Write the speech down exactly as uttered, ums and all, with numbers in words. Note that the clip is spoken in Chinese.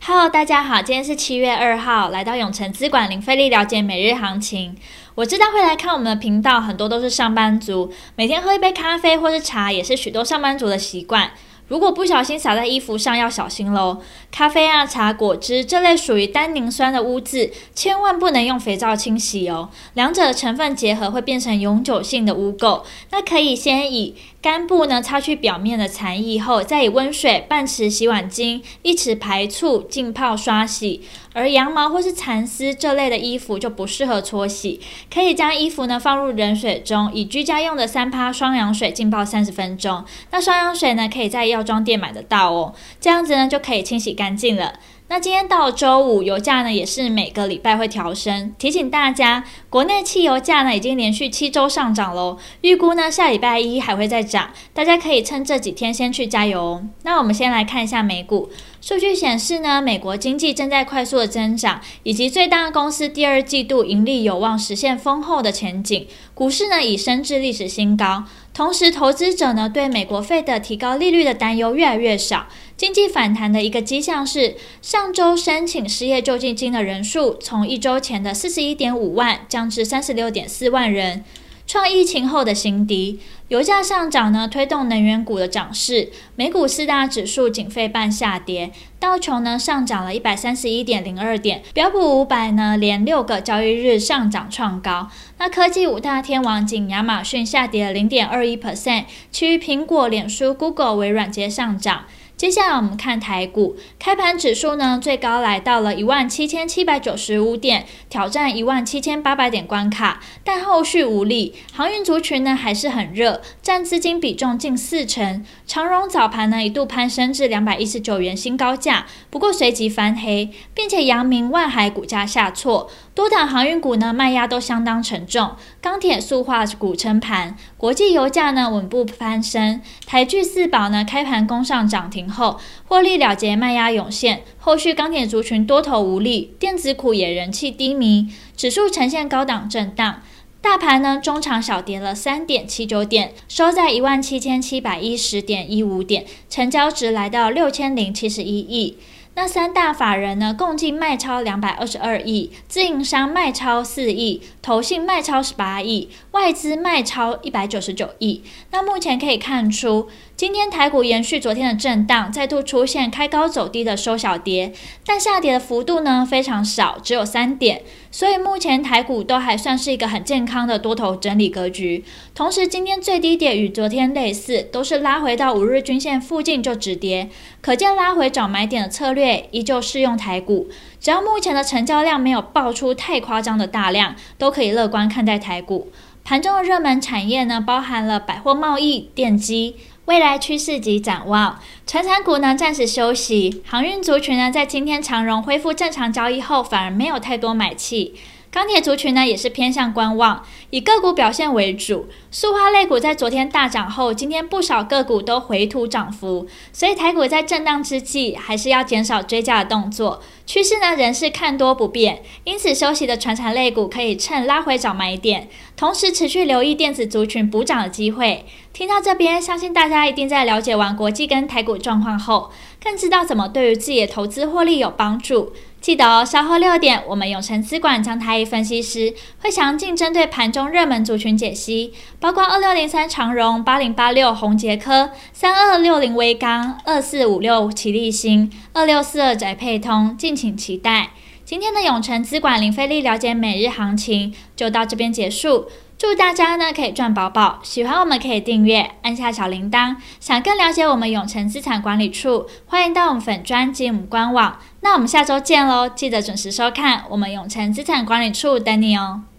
Hello， 大家好，今天是七月二号，来到永诚资管零费力了解每日行情。我知道会来看我们的频道，很多都是上班族，每天喝一杯咖啡或是茶，也是许多上班族的习惯。如果不小心洒在衣服上，要小心咯。咖啡啊、茶、果汁这类属于单宁酸的污渍，千万不能用肥皂清洗哦，两者的成分结合会变成永久性的污垢。那可以先以干布呢擦去表面的残液后，再以温水、半匙洗碗精、一匙排醋浸泡刷洗。而羊毛或是蚕丝这类的衣服就不适合搓洗，可以将衣服呢放入冷水中，以居家用的 三趴 双氧水浸泡三十分钟。那双氧水呢可以在药妆店买得到哦，这样子呢就可以清洗干净了。那今天到周五，油价呢也是每个礼拜会调升，提醒大家，国内汽油价呢已经连续七周上涨喽，预估呢下礼拜一还会再涨，大家可以趁这几天先去加油哦。那我们先来看一下美股。数据显示呢，美国经济正在快速的增长，以及最大公司第二季度盈利有望实现丰厚的前景，股市呢已升至历史新高。同时，投资者呢对美国费的提高利率的担忧越来越少。经济反弹的一个迹象是，上周申请失业救济金的人数从一周前的 四十一点五万降至 三十六点四万人，创疫情后的新低。油价上涨呢，推动能源股的涨势。美股四大指数仅费半下跌，道琼呢上涨了 一百三十一点零二点，标普五百呢连六个交易日上涨创高。那科技五大天王仅亚马逊下跌了 零点二一 百分点， 其余苹果、脸书、Google、微软皆上涨。接下来我们看台股，开盘指数呢最高来到了 一万七千七百九十五点，挑战 一万七千八百点关卡，但后续无力。航运族群呢还是很热，占资金比重近四成。长荣早盘呢一度攀升至两百一十九元新高价，不过随即翻黑，并且阳明、万海股价下挫，多档航运股呢卖压都相当沉重，钢铁、塑化股撑盘，国际油价呢稳步攀升，台聚四宝呢开盘攻上涨停后，获利了结卖压涌现，后续钢铁族群多头无力，电子股也人气低迷，指数呈现高档震荡。大盘呢中场小跌了 三点七九点，收在 一万七千七百一十点一五点，成交值来到六千零七十一亿。那三大法人呢共计卖超两百二十二亿，自营商卖超四亿，投信卖超十八亿，外资卖超一百九十九亿。那目前可以看出，今天台股延续昨天的震荡，再度出现开高走低的收小跌，但下跌的幅度呢非常少，只有三点，所以目前台股都还算是一个很健康的多头整理格局。同时今天最低点与昨天类似，都是拉回到五日均线附近就止跌，可见拉回找买点的策略依旧适用台股，只要目前的成交量没有爆出太夸张的大量，都可以乐观看待台股。盘中的热门产业呢，包含了百货贸易、电机。未来趋势及展望，传产股呢暂时休息，航运族群呢在今天长荣恢复正常交易后，反而没有太多买气。钢铁族群呢也是偏向观望，以个股表现为主。塑化类股在昨天大涨后，今天不少个股都回吐涨幅，所以台股在震荡之际，还是要减少追加的动作。趋势呢仍是看多不变，因此休息的传产类股可以趁拉回找买点，同时持续留意电子族群补涨的机会。听到这边，相信大家一定在了解完国际跟台股状况后，更知道怎么对于自己的投资获利有帮助。记得哦，稍后六点，我们永诚资管张太一分析师会详尽针对盘中热门族群解析，包括二六零三长荣、八零八六宏捷科、三二六零威刚、二四五六奇力新、二六四二宅配通，敬请期待。今天的永诚资管零费力了解每日行情就到这边结束。祝大家呢可以赚饱饱，喜欢我们可以订阅，按下小铃铛。想更了解我们永诚资产管理处，欢迎到我们粉专及我们官网。那我们下周见喽，记得准时收看，我们永诚资产管理处等你哦。